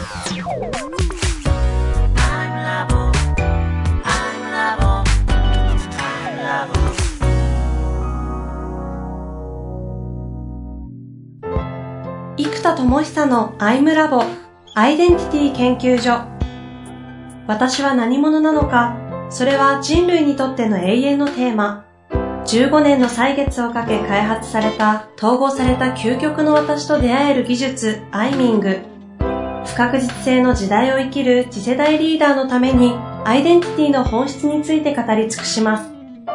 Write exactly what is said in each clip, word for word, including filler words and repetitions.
生田智久のアイムラボアイデンティティ研究所。私は何者なのか、それは人類にとっての永遠のテーマ。じゅうごねんの歳月をかけ開発された統合された究極の私と出会える技術アイミング。不確実性の時代を生きる次世代リーダーのためにアイデンティティの本質について語り尽くします。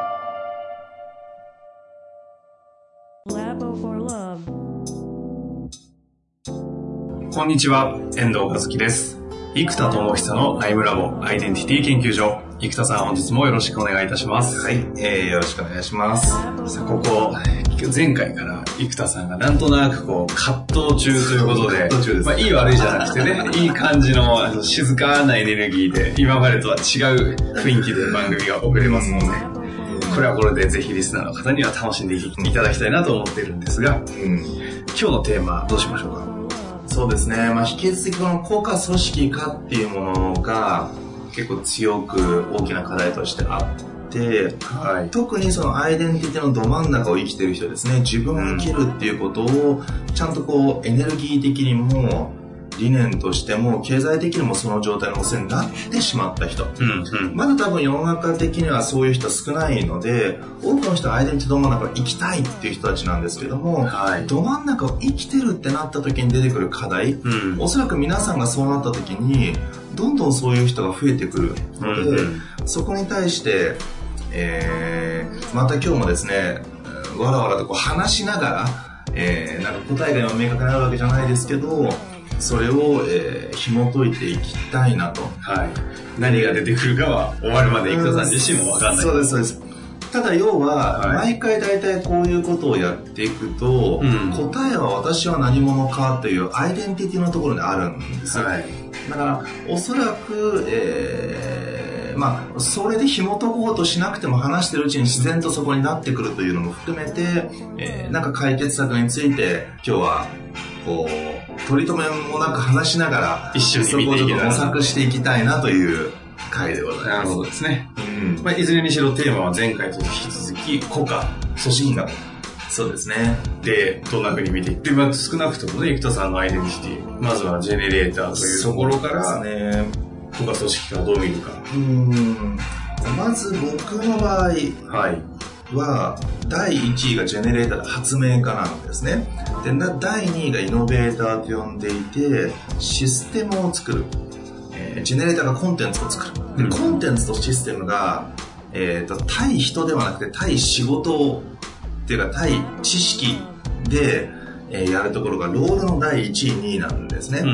こんにちは、遠藤和樹です。生田智久のアイムラボアイデンティティ研究所。生田さん、本日もよろしくお願いいたします。 はい、えー、よろしくお願いします。 さあ、ここ前回から生田さんがなんとなくこう葛藤中ということで、 葛藤中です、 まあ、いい悪いじゃなくてね、いい感じのあの静かなエネルギーで今までとは違う雰囲気で番組が送れますので、これはこれでぜひリスナーの方には楽しんでいただきたいなと思っているんですが、うん、今日のテーマどうしましょうか。 そうですね、まあ、引き続きこの国家組織化っていうものが結構強く大きな課題としてあって、はい、特にそのアイデンティティのど真ん中を生きてる人ですね、自分を生きるっていうことをちゃんとこうエネルギー的にも理念としても経済的にもその状態のせいになってしまった人、うんうん、まだ多分世の中的にはそういう人少ないので、多くの人はアイデンティティど真ん中を生きたいっていう人たちなんですけども、はい、ど真ん中を生きてるってなった時に出てくる課題、うん、おそらく皆さんがそうなった時にどんどんそういう人が増えてくるので、うんうん、そこに対して、えー、また今日もですねわらわらとこう話しながら、えー、なんか答えが今明確になるわけじゃないですけど、それを、えー、紐解いていきたいなと、はい、 何が出てくるかは終わるまで生田さん自身も分かんない。 そうですそうです。ただ要は、はい、毎回大体こういうことをやっていくと、うん、答えは私は何者かというアイデンティティのところにあるんですよ、はい、だからおそらく、えー、まあそれで紐解こうとしなくても話してるうちに自然とそこになってくるというのも含めて、えー、なんか解決策について今日はこう取り留めもなく話しながら一緒に見ていけたらそこをちょっと模索していきたいなという回でございます。 なるほどですね、うんまあ、いずれにしろテーマは前回と引き続き国家組織化、 そうですね。 でどんな風に見ていって、まあ、少なくともね生田さんのアイデンティティ、まずはジェネレーターというところからね、国家組織化をどう見るか。 うーんまず僕の場合、はいはだいいちいがジェネレーターで発明家なんですね。でだいにいがイノベーターと呼んでいてシステムを作る、えー、ジェネレーターがコンテンツを作る。で、うん、コンテンツとシステムが、えー、と対人ではなくて対仕事っていうか対知識で、えー、やるところがロールのだいいちいにいなんですね、うんうん、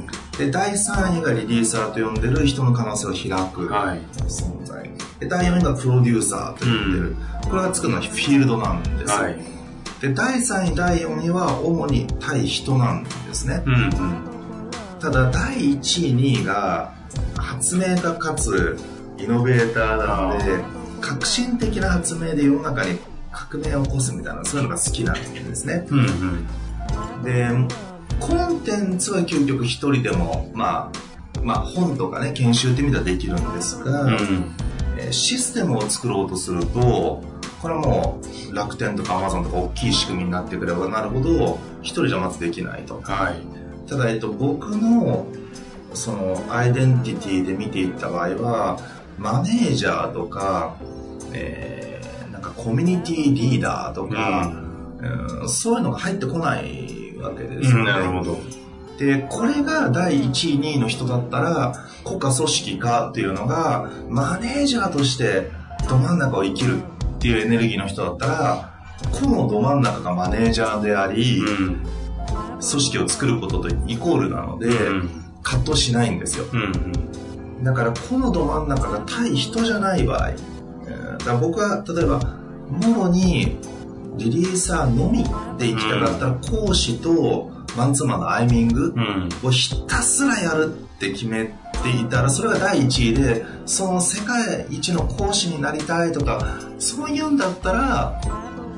でだいさんいがリリーサーと呼んでる人の可能性を開く存在、はい、でだいよんいがプロデューサーと呼んでる、うん、これが作るのはフィールドなんです、はい、でだいさんいだいよんいは主に対人なんですね、うんうん、ただだいいちいにいが発明家かつイノベーターなので革新的な発明で世の中に革命を起こすみたいなそういうのが好きなんですね、うんうん、でコンテンツは究極一人でも、まあ、まあ本とかね研修って意味ではできるんですが、うんシステムを作ろうとするとこれはもう楽天とかアマゾンとか大きい仕組みになってくればなるほど一人じゃまずできないと、はい、ただ、えっと、僕のそのアイデンティティで見ていった場合はマネージャーとか、えー、なんかコミュニティリーダーとか、うんうん、そういうのが入ってこないわけですよね、うん、なるほど。でこれがだいいちいにいの人だったら国家組織化っていうのがマネージャーとしてど真ん中を生きるっていうエネルギーの人だったらこのど真ん中がマネージャーであり、うん、組織を作ることとイコールなので、うん、葛藤しないんですよ、うん、だからこのど真ん中が対人じゃない場合、えー、だから僕は例えばもろにリリーサーのみで生きたかったら講師とマンツーマンのアイミングをひたすらやるって決めていたらそれがだいいちいでその世界一の講師になりたいとかそういうんだったら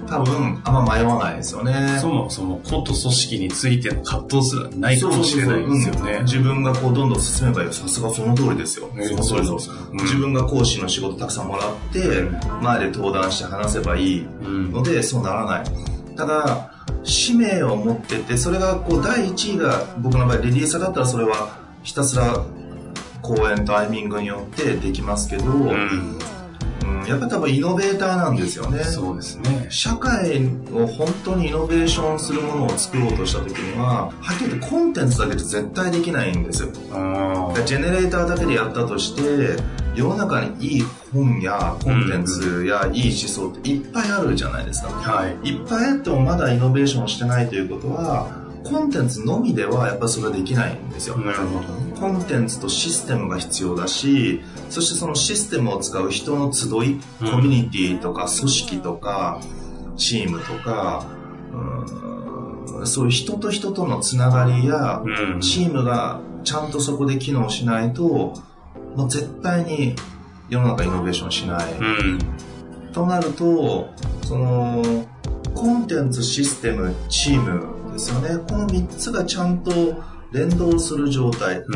多分あんま迷わないですよね。 そもそも個と組織についての葛藤すらないかもしれないですよね。 そうそうそう、うん、自分がこうどんどん進めばいいよ。さすがその通りですよ。 えー、 その通りです、うん、自分が講師の仕事たくさんもらって、うん、前で登壇して話せばいいので、うん、そうならない。ただ使命を持ってて、それがこうだいいちいが僕の場合レディースだったらそれはひたすら講演タイミングによってできますけど、うんうん、やっぱり多分イノベーターなんですよね。 そうですね。 社会を本当にイノベーションするものを作ろうとした時には、はっきり言ってコンテンツだけで絶対できないんですよ。 あジェネレーターだけでやったとして世の中にいい本やコンテンツやいい思想っていっぱいあるじゃないですか、 はい、 いっぱいあってもまだイノベーションしてないということはコンテンツのみではやっぱりそれはできないんですよ。 なるほど。 コンテンツとシステムが必要だし、そしてそのシステムを使う人の集い、コミュニティとか組織とかチームとか、うん、そういう人と人とのつながりやチームがちゃんとそこで機能しないともう絶対に世の中イノベーションしない、うん、となるとそのコンテンツ、システム、チームですよね。このみっつがちゃんと連動する状態、うん、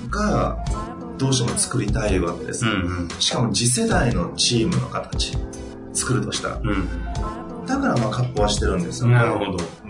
がどうしても作りたいわけです、うんうん、しかも次世代のチームの形作るとしたら、うん、だからまあ葛藤はしてるんですよね。 なるほど、うん、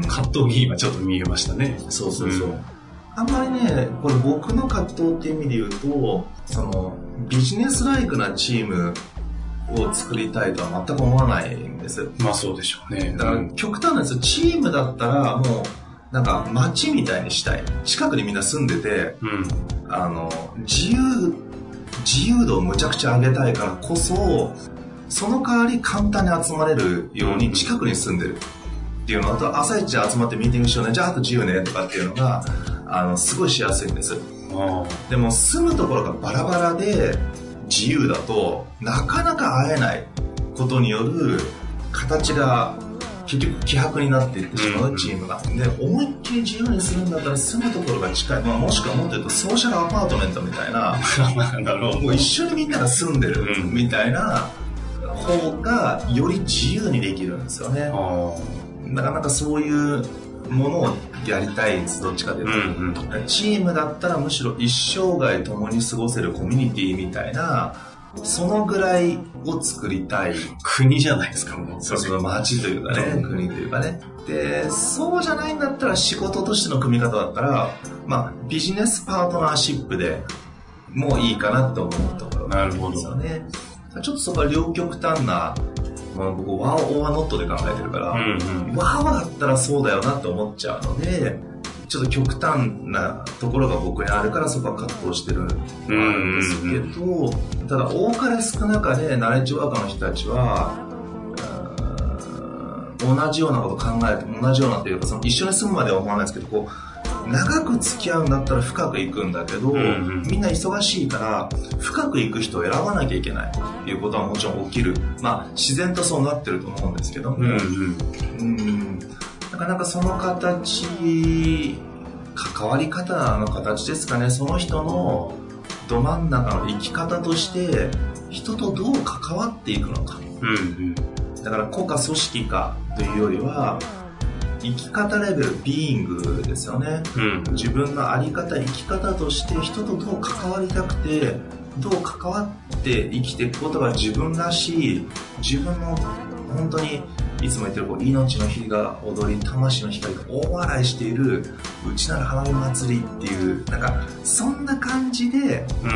葛藤に今ちょっと見えましたね。 そうそうそう、うん、あんまりねこれ僕の葛藤っていう意味で言うとそのビジネスライクなチームを作りたいとは全く思わないんです。 まあそうでしょうね。 だから極端なんですよ。チームだったらもうなんか街みたいにしたい。近くにみんな住んでて、うん、あの自由自由度をむちゃくちゃ上げたいからこそその代わり簡単に集まれるように近くに住んでるっていうのと朝一で集まってミーティングしようねじゃああと自由ねとかっていうのがあのすごいしやすいんです。でも住むところがバラバラで自由だとなかなか会えないことによる形が結局希薄になっていってしまうチームが、うん、で思いっきり自由にするんだったら住むところが近い、まあ、もしくはもっと言うとソーシャルアパートメントみたいななるほどもう一緒にみんなが住んでるみたいな方がより自由にできるんですよね。なかなかそういうものをやりたいんです。どっちかというと、うんうん、チームだったらむしろ一生涯共に過ごせるコミュニティみたいなそのぐらいを作りたい。 国じゃないですかもうそうそう街というかね、うん、国というかね。でそうじゃないんだったら仕事としての組み方だったら、まあ、ビジネスパートナーシップでもういいかなと思うところなんですよね。ちょっとそこは両極端な、まあ、僕ワンオアノットで考えてるから、うんうん、ワンオアだったらそうだよなって思っちゃうのでちょっと極端なところが僕にあるからそこは葛藤してるんですけど、うんうんうん、ただ多かれ少なかれナレッジワーカーの人たちは同じようなこと考えて同じようなというかその一緒に住むまでは思わないですけどこう長く付き合うんだったら深くいくんだけど、うんうん、みんな忙しいから深くいく人を選ばなきゃいけないっていうことはもちろん起きる。まあ自然とそうなってると思うんですけども、うんうんうんなかなかその形関わり方の形ですかね。その人のど真ん中の生き方として人とどう関わっていくのか、うんうん、だから個か組織かというよりは生き方レベルビーイングですよね、うん、自分の在り方生き方として人とどう関わりたくてどう関わって生きていくことが自分らしい自分の本当にいつも言ってるこう命の火が踊り魂の光が大笑いしている内なる花火祭りっていうなんかそんな感じで、うんうん、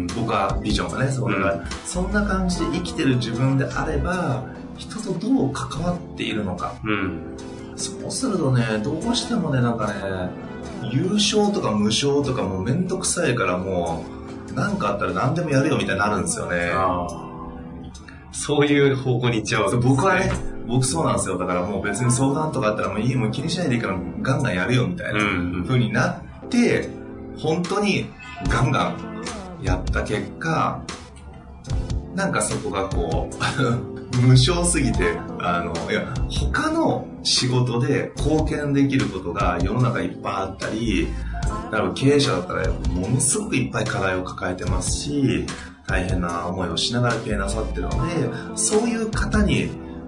僕はビジョンがねそれが、うん、そんな感じで生きてる自分であれば人とどう関わっているのか、うん、そうするとねどうしてもねなんかね優勝とか無償とかもうめんどくさいからもう何かあったら何でもやるよみたいになるんですよね。あそういう方向に行っちゃうわけですね。 僕はね僕そうなんですよ。だからもう別に相談とかあったらもういいもう気にしないでいいからガンガンやるよみたいな風になって本当にガンガンやった結果なんかそこがこう無償すぎてあのいや他の仕事で貢献できることが世の中いっぱいあったりだから経営者だったらものすごくいっぱい課題を抱えてますし大変な思いをしながら経営なさってるのでそういう方に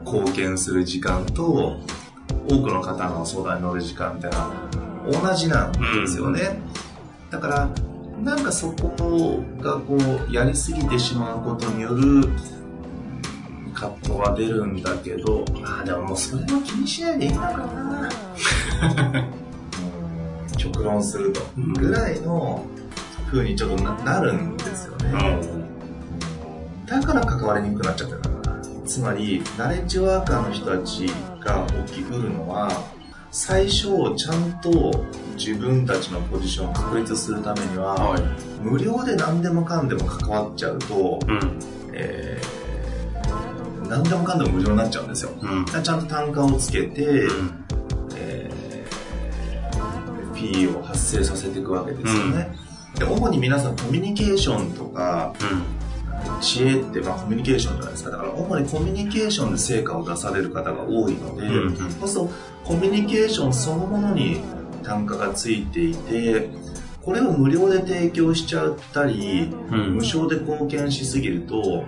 貢献する時間と多くの方の相談に乗る時間みたいな同じなんですよね、うん、だからなんかそこがこうやりすぎてしまうことによる葛藤は出るんだけど、あでももうそれは気にしないでいいのかな極論するとぐらいの風にちょっと な, なるんですよね、うん、だから関わりにくくなっちゃってるのかな。つまりナレッジワーカーの人たちが起きうるのは、最初ちゃんと自分たちのポジションを確立するためには、はい、無料で何でもかんでも関わっちゃうと、うんえー、何でもかんでも無料になっちゃうんですよ、うん、ちゃんと単価をつけて、うんえー、フィーを発生させていくわけですよね、うん、で主に皆さんコミュニケーションとか、うん、知恵ってまあコミュニケーションじゃないですか。だから主にコミュニケーションで成果を出される方が多いので、うん、そうするとコミュニケーションそのものに単価がついていて、これを無料で提供しちゃったり、うん、無償で貢献しすぎると、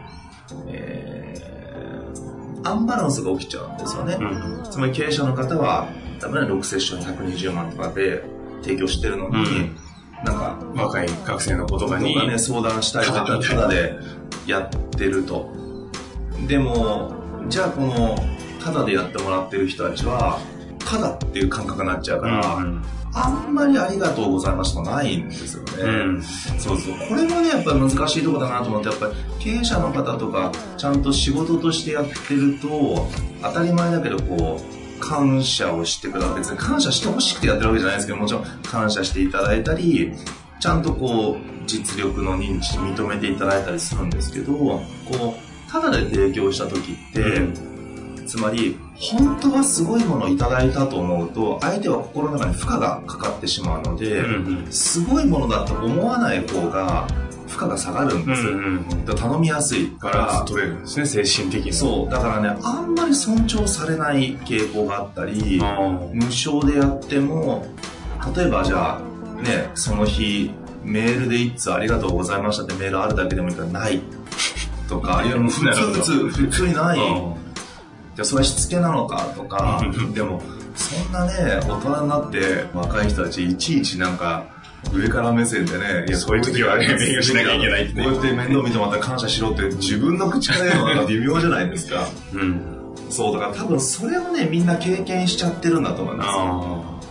えー、アンバランスが起きちゃうんですよね、うん、つまり経営者の方は多分ろくセッションひゃくにじゅうまんとかで提供してるのに、うん、なんか若い学生の子とかに、 ね、相談したりとかただでやってると。でもじゃあこのただでやってもらってる人たちはただっていう感覚になっちゃうから、うん、あんまりありがとうございますとないんですよね、うん、そうそう。これもねやっぱり難しいところだなと思って、やっぱり経営者の方とかちゃんと仕事としてやってると当たり前だけどこう感謝をしてください。別に感謝してほしくてやってるわけじゃないですけど、もちろん感謝していただいたり、ちゃんとこう実力の認知認めていただいたりするんですけど、こうただで提供した時って、うん、つまり本当はすごいものをいただいたと思うと相手は心の中に負荷がかかってしまうので、うんうん、すごいものだと思わない方が負荷が下がるんですよ、うんうん、だから頼みやすいから取れるんですね、精神的に。 そうだからね、あんまり尊重されない傾向があったり、無償でやっても例えばじゃあね、その日メールで一通ありがとうございましたってメールあるだけでもいいからないとか、いやもう普通普通普通にない、じゃあそれはしつけなのかとかでもそんなね大人になって若い人たちいちいちなんか上から目線でね、 いやそういう時はね勉強しなきゃいけないって、 こうやって面倒見てもらったら感謝しろって自分の口から言うのが微妙じゃないですか、うん、そうだから多分それをねみんな経験しちゃってるんだと思います。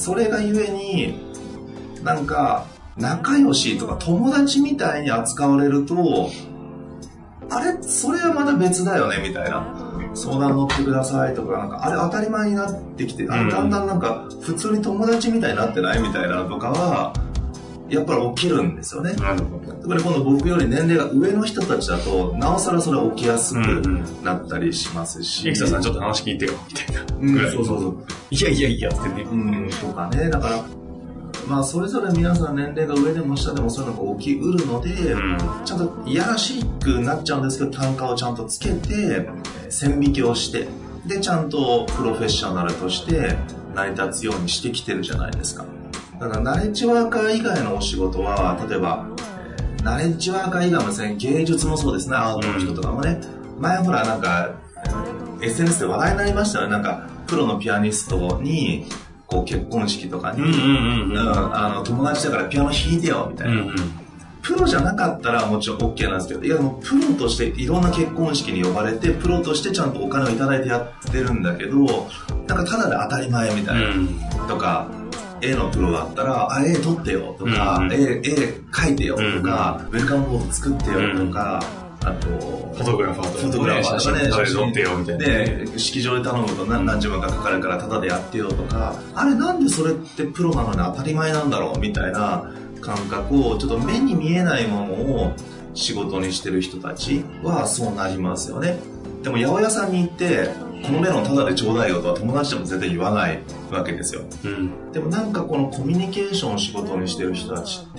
それがゆえになんか仲良しとか友達みたいに扱われると、あれそれはまた別だよねみたいな、相談乗ってくださいとか、なんかあれ当たり前になってきて、あれだんだんなんか普通に友達みたいになってないみたいなとかはやっぱり起きるんですよね。なるほど。これ今度僕より年齢が上の人たちだとなおさらそれは起きやすくなったりしますし、 エキサさんちょっと話聞いてよみたいな、 うん、そうそうそう、 いやいやいやってね、 うん、とかね。だからまあそれぞれ皆さん年齢が上でも下でもそういうのが起きうるので、うん、ちゃんといやらしくなっちゃうんですけど、単価をちゃんとつけて線引きをして、でちゃんとプロフェッショナルとして成り立つようにしてきてるじゃないですか。だからナレッジワーカー以外のお仕事は、例えば、えー、ナレッジワーカー以外もですね、芸術もそうですね、アートの人とかもね、うん、前ほらなんか エスエヌエス で話題になりましたよね。なんかプロのピアニストにこう結婚式とかに、うんうんうんうん、あの友達だからピアノ弾いてよみたいな、うんうん、プロじゃなかったらもちろん OK なんですけど、いやもうプロとしていろんな結婚式に呼ばれてプロとしてちゃんとお金をいただいてやってるんだけど、なんかただで当たり前みたいな、うん、とか絵のプロだったらあ絵撮ってよとか、うんうん、絵, 絵描いてよとか、うんうん、ウェルカムボード作ってよとか、うん、あとフォトグラファーとか、 フォトグラファーとかね、 写真撮ってよみたいな、 で式場で頼むと何, 何十万かかかるからタダでやってよとか、あれなんでそれってプロなのに当たり前なんだろうみたいな感覚を、ちょっと目に見えないものを仕事にしてる人たちはそうなりますよね。でも八百屋さんに行ってこのメロンタダでちょうだいよとは友達でも絶対言わないわけですよ、うん、でもなんかこのコミュニケーションを仕事にしてる人たちって、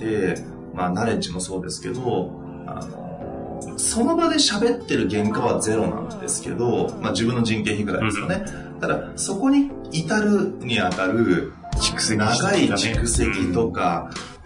まあナレッジもそうですけど、あのその場で喋ってる原価はゼロなんですけど、まあ自分の人件費ぐらいですよね、うん、ただそこに至るにあたる長い蓄積とか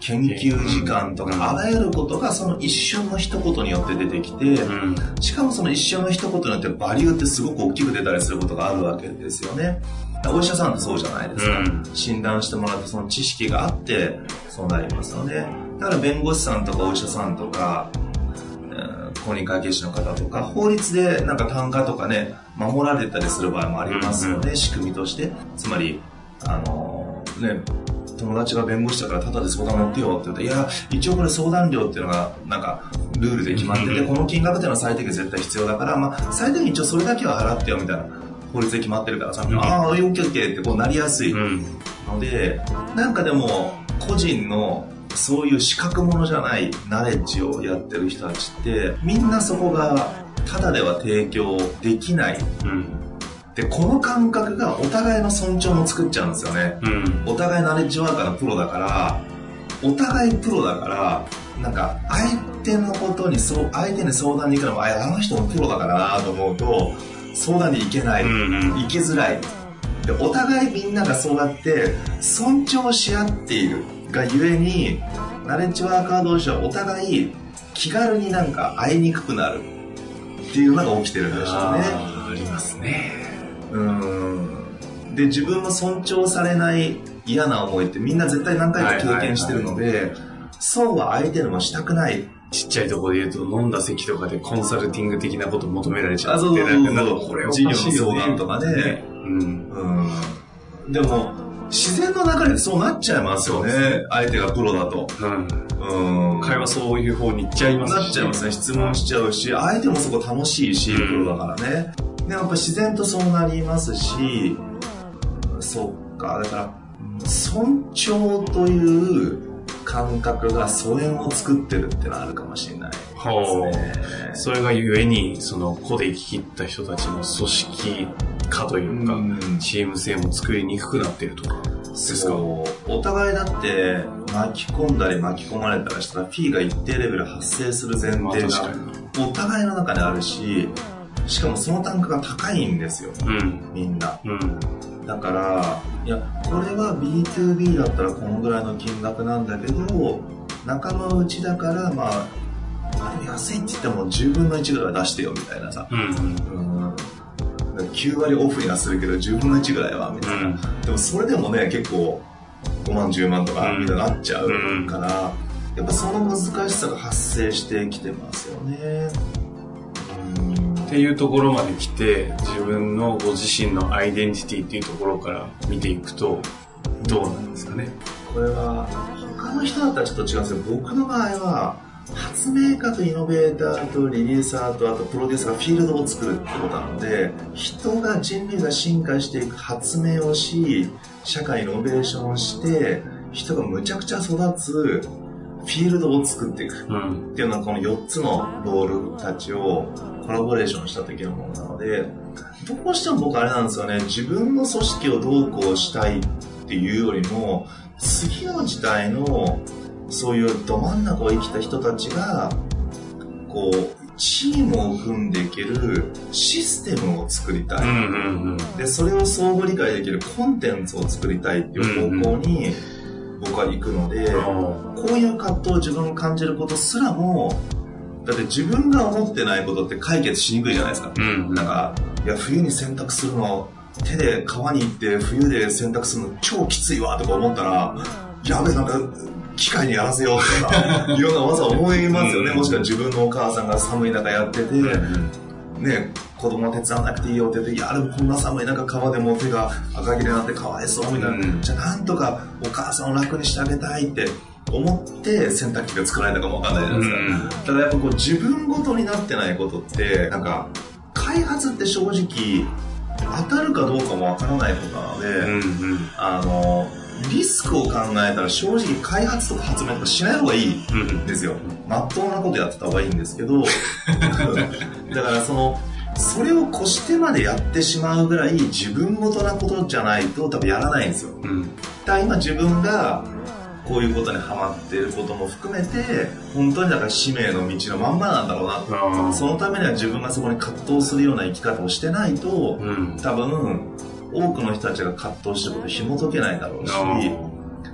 研究時間とか、あらゆることがその一瞬の一言によって出てきて、うん、しかもその一瞬の一言によってバリューってすごく大きく出たりすることがあるわけですよね。お医者さんってそうじゃないですか、うん、診断してもらってその知識があってそうなりますよね。だから弁護士さんとかお医者さんとか、えー、公認会計士の方とか法律でなんか単価とかね守られたりする場合もありますよね、うん、仕組みとして。つまりあのー、ね友達が弁護士だからタダで相談乗ってよって言って、いや一応これ相談料っていうのがなんかルールで決まってて、この金額っていうのは最低限絶対必要だから、まあ、最低限一応それだけは払ってよみたいな法律で決まってるからさ、うん、ああ オーケーオーケー ってこうなりやすいので、うん、なんかでも個人のそういう資格ものじゃないナレッジをやってる人たちってみんなそこがタダでは提供できない、うんでこの感覚がお互いの尊重も作っちゃうんですよね、うん、お互いナレッジワーカーのプロだからお互いプロだからなんか相手のことにそう相手に相談に行くのもあの人もプロだからなと思うと相談に行けない、うんうん、行きづらいでお互いみんながそうやって尊重し合っているがゆえにナレッジワーカー同士はお互い気軽になんか会いにくくなるっていうのが起きてるんでしょうね。 あ, ありますね。 うんで自分の尊重されない嫌な思いってみんな絶対何回か経験してるので、はいはいはい、そうは相手でもしたくない。 ちっちゃいところで言うと飲んだ席とかでコンサルティング的なことを求められちゃって、 あそうそうそうなんかこれおかしいよね、 事業の相談とかね、うんうん、でも自然の中でそうなっちゃいますよね、相手がプロだと、うんうん、 会話そういう方に行っちゃいますし、 なっちゃいますね。質問しちゃうし相手もそこ楽しいし、うん、プロだからね。でやっぱ自然とそうなりますし、そっか、だから尊重という感覚が疎遠を作ってるってのはあるかもしれないですね。 それがゆえにその個で生き切った人たちの組織化というか、うん、チーム性も作りにくくなっているとかですか。 お互いだって巻き込んだり巻き込まれたらしたらフィーが一定レベル発生する前提がお互いの中であるし、しかもその単価が高いんですよ、うん、みんな、うん、だからいやこれは ビーツービー だったらこのぐらいの金額なんだけど仲間内だからまあ安いって言ってもじゅうぶんのいちぐらい出してよみたいなさ、うんうん、きゅうわりオフにはするけどじゅうぶんのいちぐらいはみたいな、うん、でもそれでもね結構ごまんじゅうまんとかみたいになっちゃうから、うん、やっぱその難しさが発生してきてますよね。 っていうところまで来て自分のご自身のアイデンティティっていうところから見ていくとどうなんですかね。 これは他の人だったらちょっと違うんですけど僕の場合は発明家とイノベーターとリリーサーとあとプロデューサーがフィールドを作るってことなので人が人類が進化していく発明をし社会イノベーションをして人がむちゃくちゃ育つフィールドを作っていくっていうのはこのよっつのロールたちをコラボレーションした時のものなのでどうしても僕あれなんですよね。自分の組織をどうこうしたいっていうよりも次の時代のそういうど真ん中を生きた人たちがこうチームを組んでいけるシステムを作りたい、うんうんうん、でそれを相互理解できるコンテンツを作りたいっていう方向に僕は行くので、うんうん、こういう葛藤を自分が感じることすらもだって自分が思ってないことって解決しにくいじゃないですか、うん、なんかいや冬に洗濯するの手で川に行って冬で洗濯するの超きついわとか思ったらやべえなんか機械にやらせようとかいうような技思いますよね。もしくは自分のお母さんが寒い中やってて、ね、子供手伝わなくていいよって言っていやでもこんな寒い中川でも手が赤切れになってかわいそうみたいな、じゃあなんとかお母さんを楽にしてあげたいって思って洗濯機が作られたかもわかんないじゃないですか、うん、ただやっぱこう自分ごとになってないことってなんか開発って正直当たるかどうかもわからないことなので、うんうん、あのリスクを考えたら正直開発とか発明とかしない方がいいんですよ。まっとうなことやってた方がいいんですけどだからそのそれを越してまでやってしまうぐらい自分ごとなことじゃないと多分やらないんですよ、うん、だから今自分がこういうことにハマっていることも含めて本当にだから使命の道のまんまなんだろうな、そのためには自分がそこに葛藤するような生き方をしてないと、うん、多分多くの人たちが葛藤してることを紐解けないだろうし、う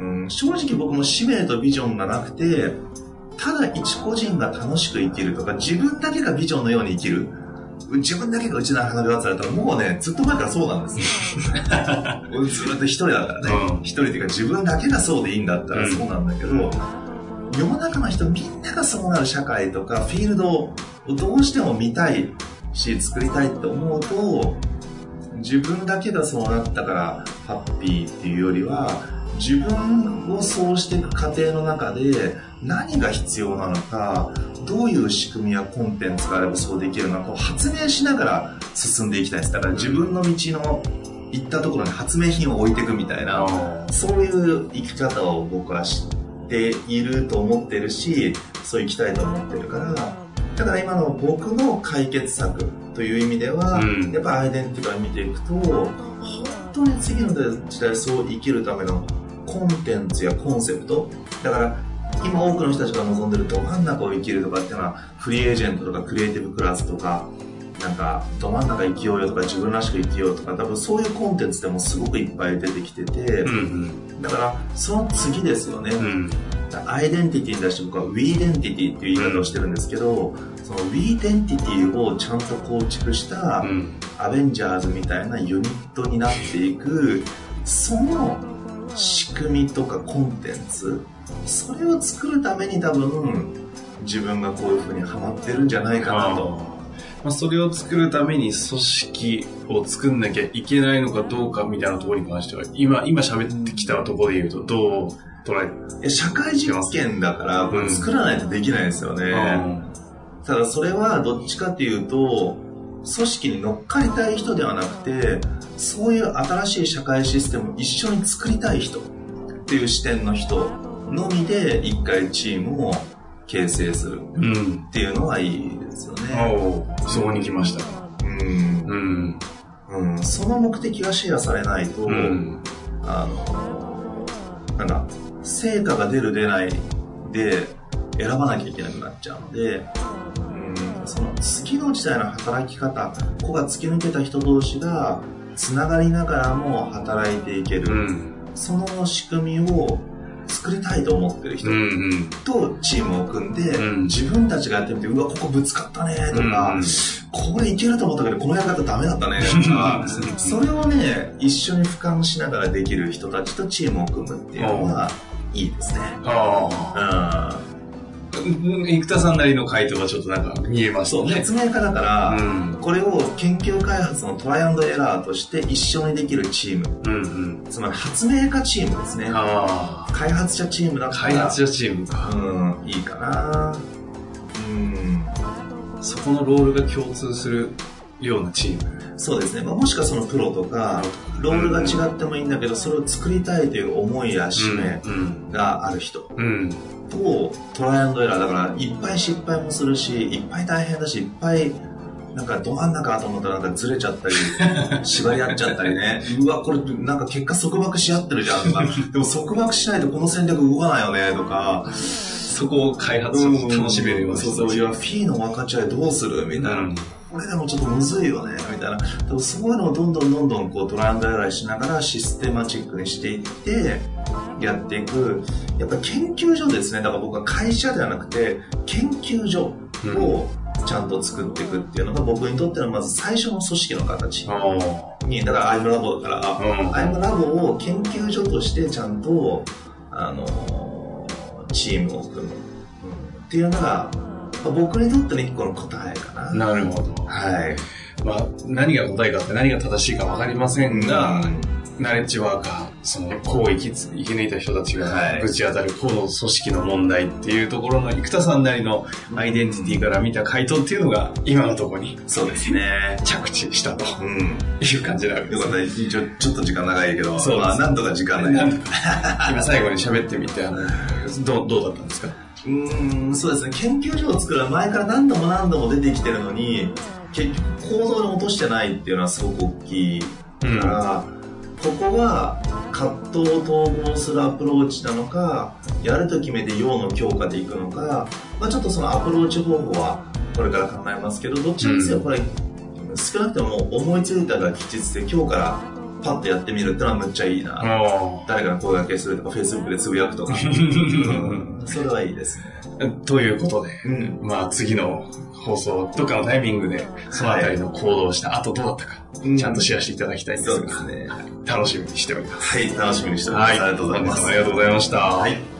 うん、正直僕も使命とビジョンがなくて、ただ一個人が楽しく生きるとか、自分だけがビジョンのように生きる。自分だけがうちの花火祭りだったらもうね、ずっと前からそうなんですよ。ずっと一人だからね。一、うん、人っていうか自分だけがそうでいいんだったらそうなんだけど、うん、世の中の人みんながそうなる社会とかフィールドをどうしても見たいし作りたいって思うと、自分だけがそうなったからハッピーっていうよりは、自分をそうしていく過程の中で何が必要なのか、どういう仕組みやコンテンツがあればそうできるのかを発明しながら進んでいきたいです。だから自分の道の行ったところに発明品を置いていくみたいな、そういう生き方を僕は知っていると思ってるし、そう生きたいと思ってるから、だから今の僕の解決策という意味では、うん、やっぱアイデンティティを見ていくと、本当に次の時代そう生きるためのコンテンツやコンセプト、だから今多くの人たちが望んでるど真ん中を生きるとかっていうのは、フリーエージェントとかクリエイティブクラスとか、なんかど真ん中生きようよとか自分らしく生きようとか、多分そういうコンテンツでもすごくいっぱい出てきてて、うんうん、だからその次ですよね、うん、アイデンティティに対して僕はウィーデンティティっていう言い方をしてるんですけど、そのウィーデンティティをちゃんと構築したアベンジャーズみたいなユニットになっていく、その仕組みとかコンテンツ、それを作るために多分自分がこういう風にハマってるんじゃないかなと。 まあ、それを作るために組織を作んなきゃいけないのかどうかみたいなところに関しては、今今喋ってきたところで言うとどう捉えて？ 社会実験だからこれ作らないとできないですよね、うん、ただそれはどっちかっていうと組織に乗っかりたい人ではなくて、そういう新しい社会システムを一緒に作りたい人っていう視点の人のみで一回チームを形成するっていうのはいいですよね、 うん、そこに来ました、 うんうんうん、その目的がシェアされないと、うん、あのなんか成果が出る出ないで選ばなきゃいけなくなっちゃうので、その次の時代の働き方、子が突き抜けた人同士がつながりながらも働いていける、うん、その仕組みを作りたいと思ってる人とチームを組んで、うん、自分たちがやってみて、うわここぶつかったねとか、うん、これいけると思ったけどこのやり方ダメだったねとかそれをね一緒に俯瞰しながらできる人たちとチームを組むっていうのはいいですね。ああ、生田さんなりの回答はちょっとなんか見えますね。 そう、発明家だから、うん、これを研究開発のトライアンドエラーとして一緒にできるチーム、うんうん、つまり発明家チームですね。あ、開発者チームだから開発者チームか、 うん、いいかな、うん、 そこのロールが共通するようなチーム。 そうですね、まあ、もしくはそのプロとかロールが違ってもいいんだけど、それを作りたいという思いや使命がある人、うんうんとトライアンドエラーだからいっぱい失敗もするし、いっぱい大変だし、いっぱいなんかど真ん中と思ったらなんかずれちゃったり縛り合っちゃったりねうわこれなんか結果束縛し合ってるじゃんとかでも束縛しないとこの戦略動かないよねとか、 そこを開発して楽しめるような人たち、 そうそう、いやフィーの分かち合いどうするみたいな、うん、これでもちょっとむずいよねみたいな、多分そういうのをどんどんどんどんこうトライアンドエラーしながらシステマチックにしていってやっていく。やっぱ研究所ですね。だから僕は会社ではなくて研究所をちゃんと作っていくっていうのが僕にとってのまず最初の組織の形に、だから アイム ラボだから、うん、アイム ラボを研究所としてちゃんとあのチームを組む、うん、っていうのが僕にとっての一個の答えかな。 なるほど。 はい。 まあ何が答えかって何が正しいか分かりませんが、うん、ナレッジワーカー、そのこう生き生き抜いた人たちがぶち当たるこの組織の問題っていうところの生田さんなりのアイデンティティから見た回答っていうのが今のところにそうですね着地したという感じなわけです。 よかった。ちょ、ちょっと時間長いけど、そう、まあ、なんとか時間ない。 今最後に喋ってみて、あのどうどうだったんですか？ うーん、そうですね。研究所を作る前から何度も何度も出てきてるのに結局構造に落としてないっていうのはすごく大きいから。うん、ここは葛藤を統合するアプローチなのか、やると決めて用の強化でいくのか、まあ、ちょっとそのアプローチ方法はこれから考えますけど、どっちにせよこれ少なくとも思いついたが吉日で今日からパッとやってみるってのはむっちゃいいな。誰かに声掛けするとか、Facebook でつぶやくとか。うん、それはいいですね。 ということで、うん、まあ次の放送、どっかのタイミングで、そのあたりの行動をした後どうだったか、はい、ちゃんとシェアしていただきたいんですが、うん、そうですね。楽しみにしております。 はい、楽しみにしております。 はい、 ありがとうございます。 ありがとうございました。はい。